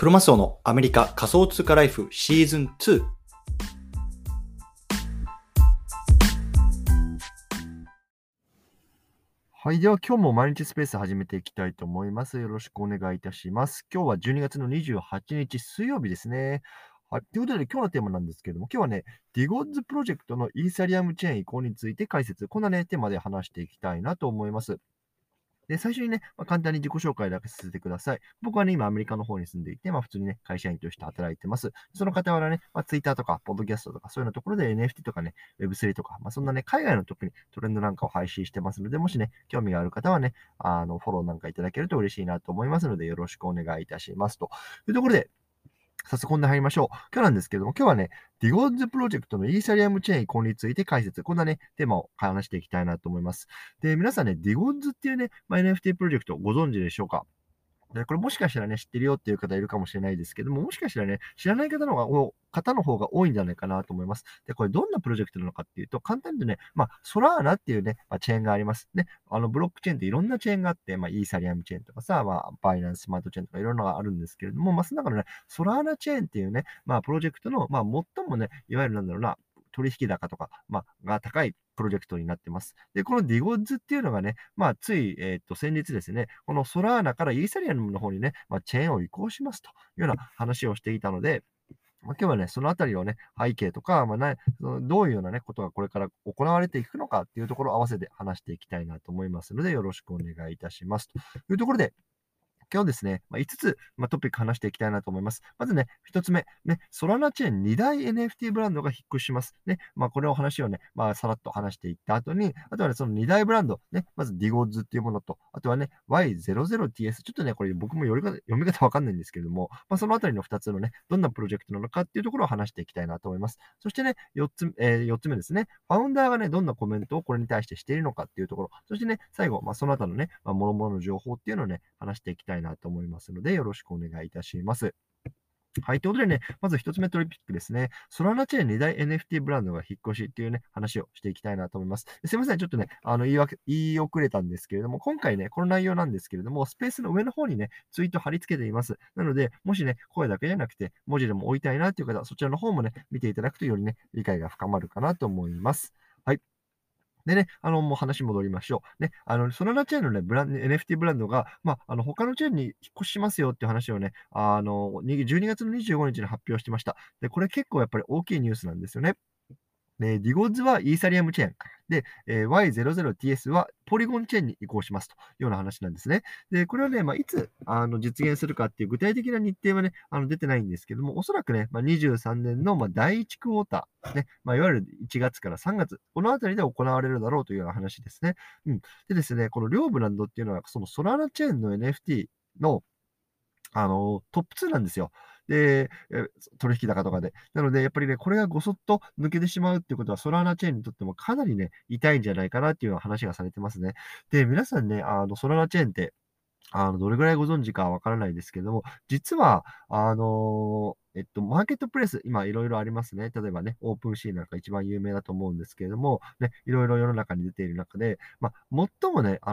クロマスオのアメリカ仮想通貨ライフシーズン2。 はい。では今日も毎日スペース始めていきたいと思います。よろしくお願いいたします。今日は12月の28日水曜日ですね。はい。ということで今日のテーマなんですけれども、今日はね、ディゴッズプロジェクトのイーサリアムチェーン移行について解説、こんなね、テーマで話していきたいなと思います。で、最初にね、簡単に自己紹介だけさせてください。僕はね、今アメリカの方に住んでいて、普通にね、会社員として働いてます。その傍らね、Twitter とか、ポッドキャストとか、そういうようなところで NFT とかね、Web3 とか、そんなね、海外の特にトレンドなんかを配信してますので、もしね、興味がある方はね、フォローなんかいただけると嬉しいなと思いますので、よろしくお願いいたしますと。いうところで、早速本題入りましょう。今日なんですけども、今日はね、ディゴッズプロジェクトのイーサリアムチェーン移行について解説、こんなね、テーマを話していきたいなと思います。で、皆さんね、ディゴッズっていうね、NFT プロジェクトご存知でしょうか？で、これもしかしたらね、知ってるよっていう方いるかもしれないですけども、もしかしたらね、知らない方の方が多いんじゃないかなと思います。で、これどんなプロジェクトなのかっていうと、簡単に言うとね、ソラーナっていうね、チェーンがあります。ね、ブロックチェーンっていろんなチェーンがあって、イーサリアムチェーンとかさ、バイナンススマートチェーンとかいろんなのがあるんですけれども、その中のね、ソラーナチェーンっていうね、プロジェクトの、最もね、いわゆるなんだろうな、取引高とか、が高いプロジェクトになってます。で、このディゴッズっていうのがね、つい、先日ですね、このソラーナからイーサリアムの方にね、チェーンを移行しますというような話をしていたので、今日はね、そのあたりをね、背景とか、そのどういうようなね、ことがこれから行われていくのかっていうところを合わせて話していきたいなと思いますので、よろしくお願いいたします。というところで、今日ですね、5つ、トピック話していきたいなと思います。まずね、1つ目、ね、ソラナチェーン2大 NFT ブランドが引っ越しします。ね、これを話をね、さらっと話していった後に、あとはね、その2大ブランド、ね、まずディゴッズっていうものと、あとはね、Y00TS、ちょっとね、これ僕も読み方わかんないんですけれども、そのあたりの2つのね、どんなプロジェクトなのかっていうところを話していきたいなと思います。そしてね、4つ目ですね、ファウンダーがね、どんなコメントをこれに対してしているのかっていうところ、そしてね、最後、その他のね、諸々の情報っていうのをね、話していきたいなと思いますので、よろしくお願いいたします。はい。ということでね、まず一つ目トピックですね。ソラナチェーン2大 NFT ブランドが引っ越しっていうね、話をしていきたいなと思います。すいません。ちょっとね、言い遅れたんですけれども、今回ね、この内容なんですけれども、スペースの上の方にね、ツイート貼り付けています。なので、もしね、声だけじゃなくて、文字でも追いたいなっていう方は、そちらの方もね、見ていただくとよりね、理解が深まるかなと思います。はい。でね、もう話戻りましょう。ね、ソラナチェーンのね、NFT ブランドが、他のチェーンに引っ越ししますよっていう話をね、12月の25日に発表してました。で、これ結構やっぱり大きいニュースなんですよね。で、ディゴッズはイーサリアムチェーン。で、Y00TS はポリゴンチェーンに移行しますというような話なんですね。で、これはね、いつ、実現するかっていう具体的な日程はね、出てないんですけども、おそらくね、23年の、第1クォーター、ね、いわゆる1月から3月、このあたりで行われるだろうというような話ですね。うん。でですね、この両ブランドっていうのは、そのソラナチェーンの NFT のトップ2なんですよ。で、取引高とかで。なので、やっぱりね、これがごそっと抜けてしまうっていうことは、ソラーナチェーンにとってもかなりね、痛いんじゃないかなっていうような話がされてますね。で、皆さんね、ソラーナチェーンって、どれぐらいご存知かわからないですけども、実は、マーケットプレイス、今いろいろありますね。例えばね、オープンシーなんか一番有名だと思うんですけれども、ね、いろいろ世の中に出ている中で、最もね、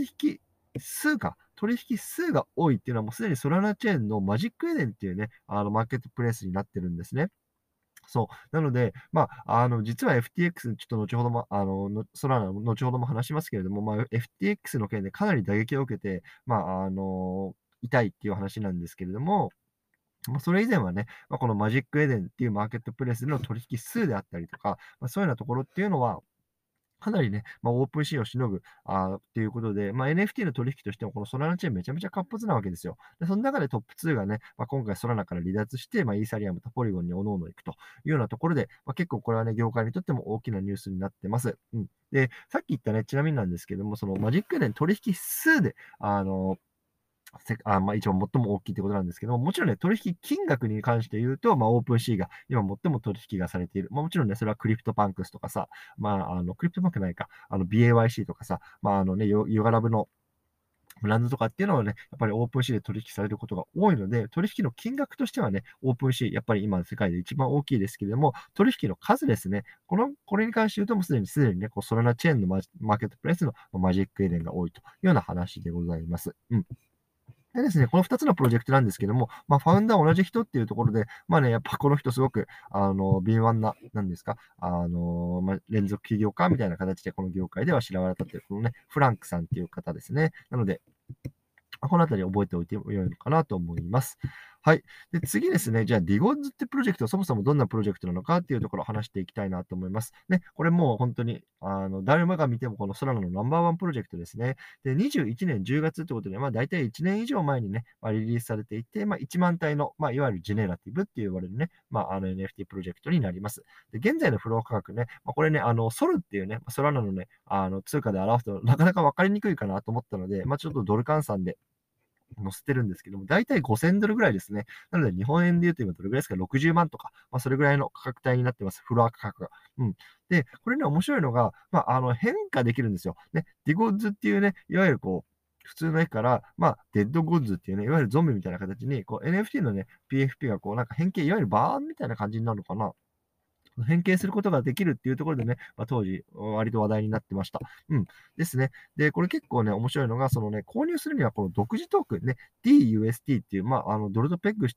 取引数が多いっていうのはもうすでにソラナチェーンのマジックエデンっていうね、マーケットプレイスになってるんですね。そう。なので、実は FTX、ちょっと後ほども、ソラナの後ほども話しますけれども、FTX の件でかなり打撃を受けて、痛いっていう話なんですけれども、それ以前はね、このマジックエデンっていうマーケットプレイスでの取引数であったりとか、そういうようなところっていうのは、かなりね、オープンシーンをしのぐ、っていうことで、NFT の取引としても、このソラナチェーンめちゃめちゃ活発なわけですよ。で、その中でトップ2がね、今回ソラナから離脱して、イーサリアムとポリゴンに各々行くというようなところで、結構これはね、業界にとっても大きなニュースになってます。うん。で、さっき言ったね、ちなみになんですけども、そのマジックで取引数で、一応最も大きいってことなんですけども、もちろんね、取引金額に関して言うと、オープンシーが今最も取引がされている。もちろんね、それはクリプトパンクスとかさ、クリプトパンクないか、BAYC とかさ、ヨガラブのブランドとかっていうのはね、やっぱりオープンシーで取引されることが多いので、取引の金額としてはね、オープンシー、やっぱり今世界で一番大きいですけれども、取引の数ですね。これに関して言うともうすでにね、ソラナチェーンのマーケットプレイスのマジックエデンが多いというような話でございます。うん。 でですね、この2つのプロジェクトなんですけども、ファウンダー同じ人っていうところで、やっぱこの人すごく、敏腕な、なんですか、連続起業家みたいな形でこの業界では知られたっていう、このね、フランクさんっていう方ですね。なので、このあたり覚えておいても良いのかなと思います。はい。で、次ですね、じゃあ、ディゴッズってプロジェクト、そもそもどんなプロジェクトなのかっていうところを話していきたいなと思います。ね、これもう本当に、誰もが見てもこのソラナのナンバーワンプロジェクトですね。で、21年10月ってことで、大体1年以上前にね、リリースされていて、1万体の、いわゆるジェネラティブって言われるね、NFT プロジェクトになります。で、現在のフロー価格ね、これね、ソルっていうね、ソラナのね、通貨で表すとなかなかわかりにくいかなと思ったので、ちょっとドル換算で載せてるんですけども、だいたい5000ドルぐらいですね。なので、日本円で言うと今どれぐらいですか？ 60 万とか、それぐらいの価格帯になってます。フロア価格が。うん。で、これね、面白いのが、変化できるんですよ。ね、ディゴッズっていうね、いわゆるこう、普通の絵から、デッドゴッズっていうね、いわゆるゾンビみたいな形に、NFT のね、PFP がなんか変形、いわゆるバーンみたいな感じになるのかな。変形することができるっていうところでね、当時、割と話題になってました。うん。ですね。で、これ結構ね、面白いのが、そのね、購入するにはこの独自トークンね、DUST っていう、ドルとペッグした、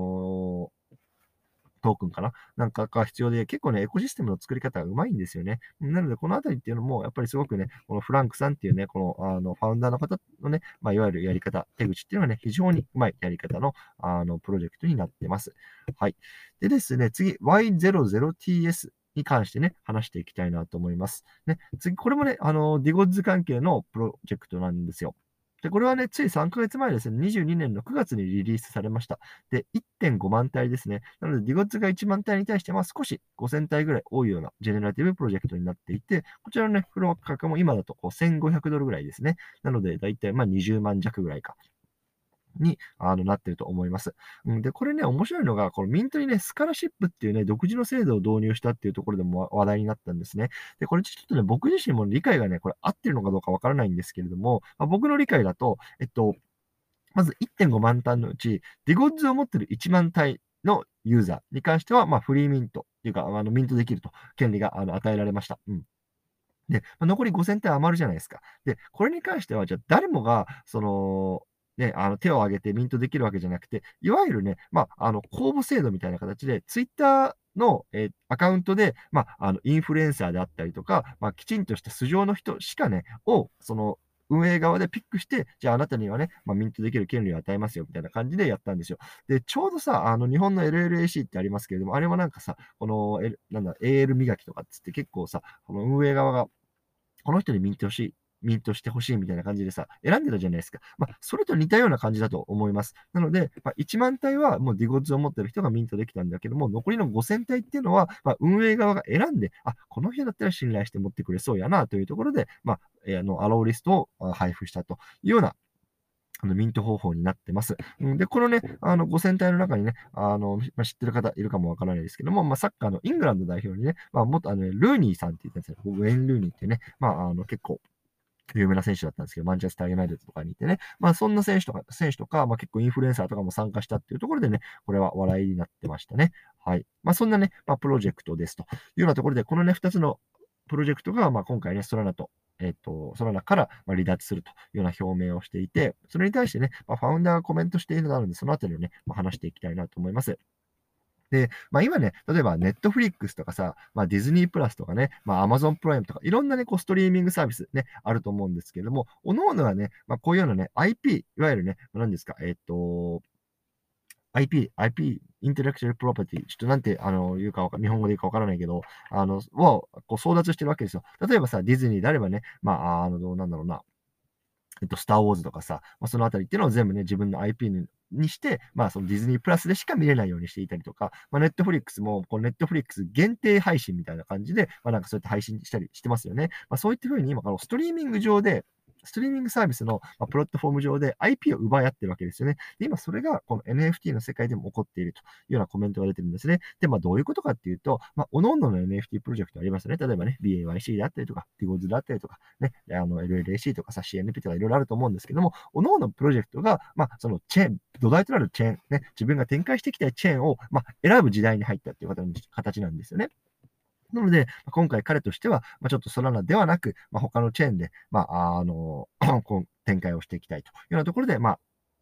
トークンかななんかが必要で、結構ね、エコシステムの作り方がうまいんですよね。なので、このあたりっていうのも、やっぱりすごくね、このフランクさんっていうね、この、ファウンダーの方のね、いわゆるやり方、手口っていうのがね、非常にうまいやり方の、プロジェクトになってます。はい。でですね、次、Y00TS に関してね、話していきたいなと思います。ね、次、これもね、ディゴッズ関係のプロジェクトなんですよ。で、これはね、つい3ヶ月前ですね、22年の9月にリリースされました。で、1.5万体ですね。なので、ディゴッツが1万体に対して、少し5000体ぐらい多いようなジェネラティブプロジェクトになっていて、こちらのね、フロア価格も今だと1500ドルぐらいですね。なので、だいたい20万弱ぐらいか。に、なってると思います。うん、で、これね、面白いのが、このミントにね、スカラシップっていうね、独自の制度を導入したっていうところでも話題になったんですね。で、これちょっとね、僕自身も理解がね、これ合ってるのかどうかわからないんですけれども、僕の理解だと、まず1.5万単のうち、ディゴッズを持ってる1万体のユーザーに関しては、フリーミントっていうか、ミントできると、権利が与えられました。うん。で、残り5000体余るじゃないですか。で、これに関しては、じゃあ誰もが、ね、手を挙げてミントできるわけじゃなくて、いわゆるね、公募制度みたいな形で、ツイッターの、アカウントで、インフルエンサーであったりとか、きちんとした素性の人しかね、運営側でピックして、じゃああなたにはね、ミントできる権利を与えますよ、みたいな感じでやったんですよ。で、ちょうどさ、日本の LLAC ってありますけれども、あれもなんかさ、AL 磨きとかっつって結構さ、この運営側がこの人にミントしてほしいみたいな感じでさ、選んでたじゃないですか。それと似たような感じだと思います。なので、1万体はもうディゴッズを持ってる人がミントできたんだけども、残りの5000体っていうのは、運営側が選んで、この人だったら信頼して持ってくれそうやなというところで、アローリストを配布したというようなミント方法になってます。で、このね、5000体の中にね、知ってる方いるかもわからないですけども、サッカーのイングランド代表にね、元ルーニーさんって言ったんですよ。ウェイン・ルーニーってね、結構、有名な選手だったんですけど、マンチェスターユナイテッドとかにいてね、そんな選手とか、結構インフルエンサーとかも参加したっていうところでね、これは話題になってましたね。はい。そんなね、プロジェクトですというようなところで、このね、2つのプロジェクトが、今回ね、ソラナから離脱するというような表明をしていて、それに対してね、ファウンダーがコメントしているのであるので、そのあたりをね、話していきたいなと思います。で、今ね、例えばネットフリックスとかさ、ディズニープラスとかね、アマゾンプライムとか、いろんなね、ストリーミングサービスね、あると思うんですけれども、各々はね、こういうようなね、IP、いわゆるね、何ですか、IP、インテレクチャルプロパティ、ちょっとなんて、言うか日本語で言うかわからないけど、争奪してるわけですよ。例えばさ、ディズニーであればね、なんだろうな、スター・ウォーズとかさ、そのあたりっていうのを全部ね、自分の IP にして、そのディズニープラスでしか見れないようにしていたりとか、ネットフリックスも、ネットフリックス限定配信みたいな感じで、なんかそうやって配信したりしてますよね。そういった風に今、ストリーミングサービスの、プラットフォーム上で IP を奪い合ってるわけですよね。で、今それがこの NFT の世界でも起こっているというようなコメントが出てるんですね。で、どういうことかっていうと、各々の NFT プロジェクトありますよね。例えばね、BAYC であったりとか、ティゴズであったりとか、ね、LLAC とかさ、CNP とかいろいろあると思うんですけども、各々プロジェクトが、そのチェーン、土台となるチェーン、ね、自分が展開していきたいチェーンを、選ぶ時代に入ったっていう形なんですよね。なので、今回彼としては、ちょっとソラナではなく、他のチェーンで、こう展開をしていきたいというようなところで、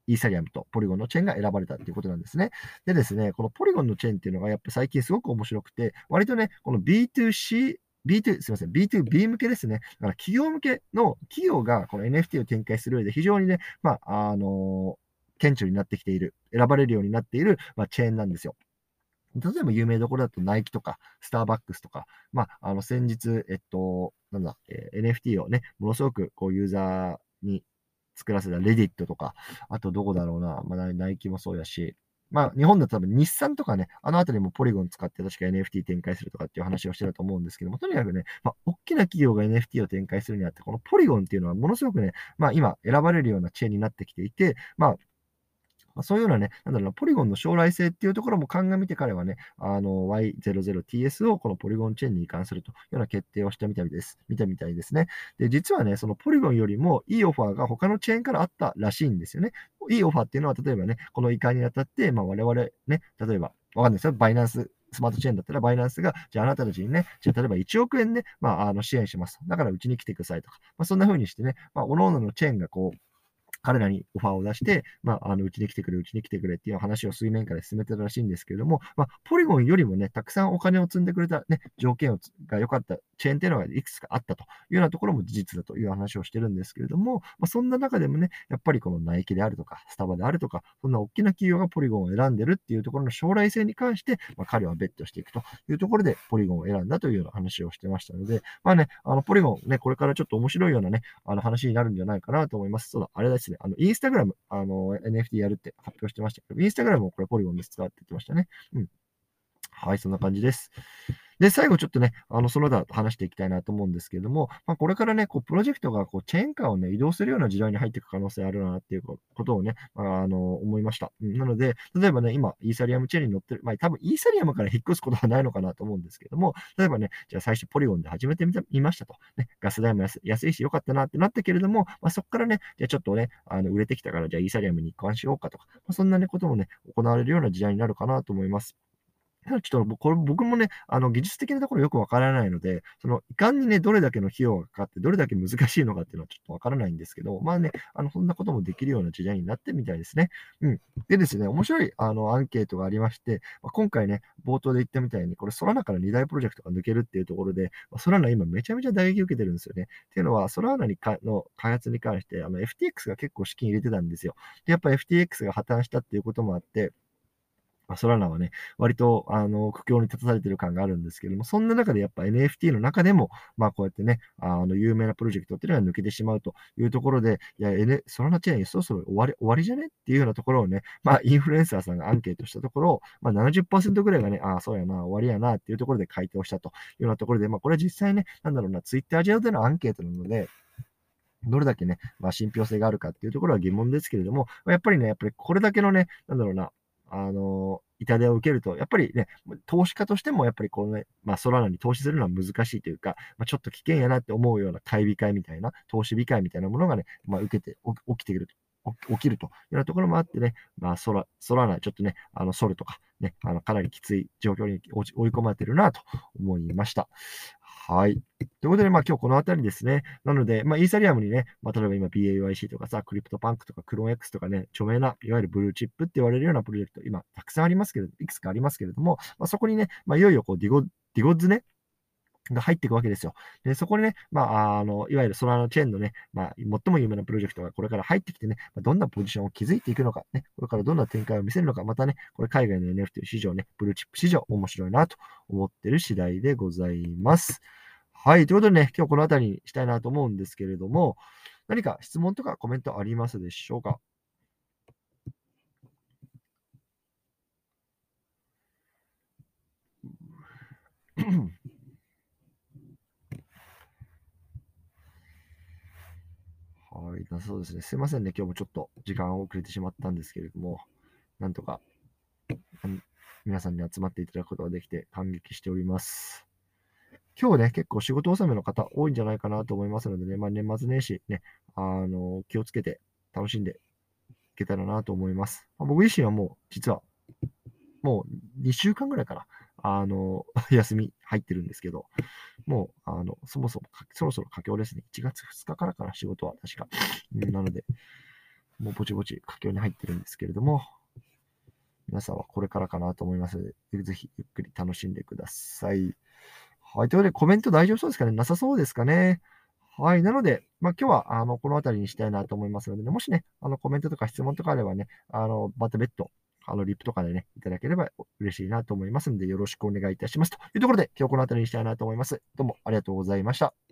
イーサリアムとポリゴンのチェーンが選ばれたっていうことなんですね。でですね、このポリゴンのチェーンっていうのがやっぱ最近すごく面白くて、割とね、この B2C、すみません、B2B 向けですね。だから企業向けの企業がこの NFT を展開する上で非常にね、顕著になってきている、選ばれるようになっている、チェーンなんですよ。例えば有名どころだとナイキとか、スターバックスとか、先日、NFT をね、ものすごくこうユーザーに作らせたレディットとか、あとどこだろうな、ナイキもそうやし、日本だと多分日産とかね、あのあたりもポリゴン使って確か NFT 展開するとかっていう話をしてたと思うんですけども、とにかくね、大きな企業が NFT を展開するにあって、このポリゴンっていうのはものすごくね、今選ばれるようなチェーンになってきていて、そういうようなね、ポリゴンの将来性っていうところも鑑みて彼はね、Y00TS をこのポリゴンチェーンに移管するというような決定をしたみたいです。見たみたいですね。で、実はね、そのポリゴンよりもいいオファーが他のチェーンからあったらしいんですよね。いいオファーっていうのは、例えばね、この移管にあたって、我々ね、例えば、わかんないですよ、バイナンス、スマートチェーンだったら、バイナンスが、じゃああなたたちにね、じゃあ例えば1億円ね、支援します。だからうちに来てくださいとか、そんな風にしてね、各々のチェーンがこう、彼らにオファーを出して、うちに来てくれ、うちに来てくれっていう話を水面下で進めてたらしいんですけれども、ポリゴンよりもね、たくさんお金を積んでくれたね、条件が良かったチェーンっていうのがいくつかあったというようなところも事実だという話をしてるんですけれども、そんな中でもね、やっぱりこのナイキであるとか、スタバであるとか、そんな大きな企業がポリゴンを選んでるっていうところの将来性に関して、彼はベットしていくというところで、ポリゴンを選んだというような話をしてましたので、ポリゴンね、これからちょっと面白いようなね、話になるんじゃないかなと思います。そうだ、あれですね、インスタグラム、NFT やるって発表してましたけど、インスタグラムもこれポリゴンで使って言ってましたね。うん。はい、そんな感じです。で、最後ちょっとね、その他話していきたいなと思うんですけれども、これからね、こう、プロジェクトがこう、チェーン間をね、移動するような時代に入っていく可能性あるなっていうことをね、思いました。なので、例えばね、今、イーサリアムチェーンに乗ってる、多分イーサリアムから引っ越すことはないのかなと思うんですけども、例えばね、じゃあ最初ポリゴンで始めてみましたと。ね、ガス代も安いし良かったなってなったけれども、そこからね、じゃあちょっとね、売れてきたから、じゃあイーサリアムに移管しようかとか、そんなね、こともね、行われるような時代になるかなと思います。ただちょっと、これ僕もね、技術的なところよくわからないので、その、移管にね、どれだけの費用がかかって、どれだけ難しいのかっていうのはちょっとわからないんですけど、そんなこともできるような時代になってみたいですね。うん。でですね、面白い、アンケートがありまして、今回ね、冒頭で言ったみたいに、これ、ソラナから2大プロジェクトが抜けるっていうところで、ソラナ今めちゃめちゃ打撃受けてるんですよね。っていうのは、ソラナの開発に関して、FTX が結構資金入れてたんですよ。で、やっぱ FTX が破綻したっていうこともあって、ソラナはね、割と、苦境に立たされてる感があるんですけども、そんな中でやっぱ NFT の中でも、こうやってね、有名なプロジェクトっていうのが抜けてしまうというところで、いや、ソラナチェーンそろそろ終わりじゃねっていうようなところをね、インフルエンサーさんがアンケートしたところ、70%ぐらいがね、そうやな、終わりやなっていうところで回答したというようなところで、これは実際ね、ツイッター上でのアンケートなので、どれだけね、信憑性があるかっていうところは疑問ですけれども、やっぱりこれだけのね、痛手を受けると、やっぱりね、投資家としてもやっぱりこのね、ソラナに投資するのは難しいというか、ちょっと危険やなって思うような買い控えみたいな、投資控えみたいなものがね、起きてくると。起きるというようなところもあってね、ソラナ、ちょっとね、ソルとか、ね、かなりきつい状況に追い込まれてるなと思いました。はい。ということで、今日このあたりですね。なので、イーサリアムにね、例えば今 BAYC とかさ、クリプトパンクとかクローン X とかね、著名な、いわゆるブルーチップって言われるようなプロジェクト、今たくさんありますけれど、いくつかありますけれども、そこにね、いよいよこうディゴッズね、が入っていくわけですよ。で、そこにね、いわゆるソラナチェーンのね、最も有名なプロジェクトがこれから入ってきてね、どんなポジションを築いていくのか、ね、これからどんな展開を見せるのか、またね、これ海外の NFT 市場ね、ブルーチップ市場、面白いなと思ってる次第でございます。はい。ということでね、今日この辺りにしたいなと思うんですけれども、何か質問とかコメントありますでしょうか？はい。そうですね。すいませんね。今日もちょっと時間遅れてしまったんですけれども、なんとか、皆さんに集まっていただくことができて感激しております。今日ね、結構仕事納めの方多いんじゃないかなと思いますのでね、年末年始ね、気をつけて楽しんでいけたらなと思います。僕自身はもう、実は、もう2週間ぐらいかな、休み入ってるんですけど、もう、そろそろ佳境ですね。1月2日からかな、仕事は確か。なので、 もうぼちぼち佳境に入ってるんですけれども、皆さんはこれからかなと思いますので、ぜひゆっくり楽しんでください。はい。ということで、コメント大丈夫そうですかね？なさそうですかね。はい。なので、今日は、この辺りにしたいなと思いますのでね、もしね、コメントとか質問とかあればね、また別途、リップとかでね、いただければ嬉しいなと思いますので、よろしくお願いいたします。というところで、今日この辺りにしたいなと思います。どうもありがとうございました。